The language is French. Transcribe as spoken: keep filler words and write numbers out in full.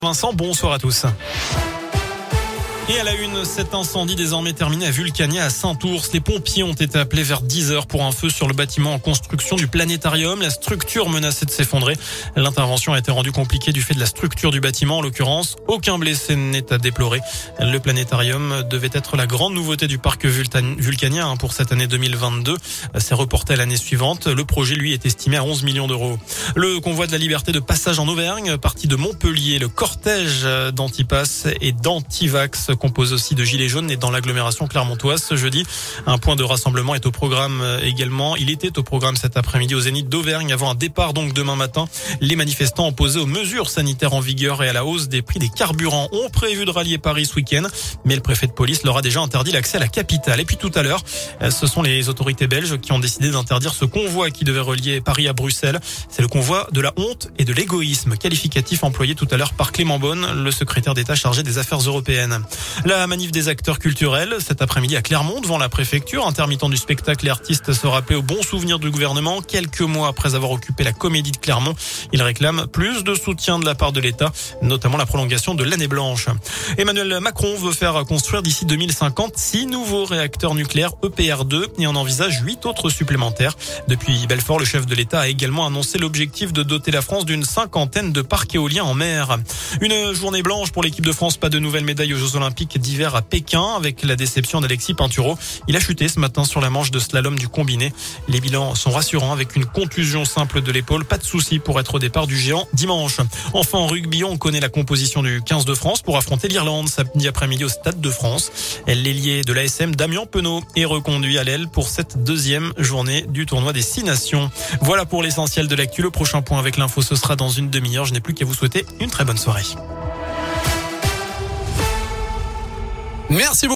Vincent, bonsoir à tous. Et à la une, cet incendie désormais terminé à Vulcania à Saint-Ours. Les pompiers ont été appelés vers dix heures pour un feu sur le bâtiment en construction du planétarium. La structure menaçait de s'effondrer. L'intervention a été rendue compliquée du fait de la structure du bâtiment. En l'occurrence, aucun blessé n'est à déplorer. Le planétarium devait être la grande nouveauté du parc vulcanien pour cette année deux mille vingt-deux. C'est reporté à l'année suivante. Le projet, lui, est estimé à onze millions d'euros. Le convoi de la liberté de passage en Auvergne, parti de Montpellier. Le cortège d'Antipass et d'Antivax compose aussi de gilets jaunes et dans l'agglomération clermontoise ce jeudi. Un point de rassemblement est au programme également. Il était au programme cet après-midi au Zénith d'Auvergne avant un départ donc demain matin. Les manifestants opposés aux mesures sanitaires en vigueur et à la hausse des prix des carburants ont prévu de rallier Paris ce week-end. Mais le préfet de police leur a déjà interdit l'accès à la capitale. Et puis tout à l'heure, ce sont les autorités belges qui ont décidé d'interdire ce convoi qui devait relier Paris à Bruxelles. C'est le convoi de la honte et de l'égoïsme, qualificatif employé tout à l'heure par Clément Beaune, le secrétaire d'État chargé des affaires européennes. La manif des acteurs culturels cet après-midi à Clermont devant la préfecture. Intermittents du spectacle et artistes se rappelaient au bon souvenir du gouvernement. Quelques mois après avoir occupé la Comédie de Clermont, ils réclament plus de soutien de la part de l'État, notamment la prolongation de l'année blanche. Emmanuel Macron veut faire construire d'ici deux mille cinquante six nouveaux réacteurs nucléaires E P R deux et en envisage huit autres supplémentaires. Depuis Belfort, le chef de l'État a également annoncé l'objectif de doter la France d'une cinquantaine de parcs éoliens en mer. Une journée blanche pour l'équipe de France, pas de nouvelles médailles aux Jeux Olympiques d'hiver à Pékin avec la déception d'Alexis Pinturo. Il a chuté ce matin sur la manche de slalom du combiné. Les bilans sont rassurants avec une contusion simple de l'épaule. Pas de souci pour être au départ du géant dimanche. Enfin en rugby, on connaît la composition du quinze de France pour affronter l'Irlande samedi après-midi au Stade de France. L'ailier de l'A S M, Damien Penaud, est reconduit à l'aile pour cette deuxième journée du tournoi des Six Nations. Voilà pour l'essentiel de l'actu. Le prochain point avec l'info, ce sera dans une demi-heure. Je n'ai plus qu'à vous souhaiter une très bonne soirée. Merci beaucoup.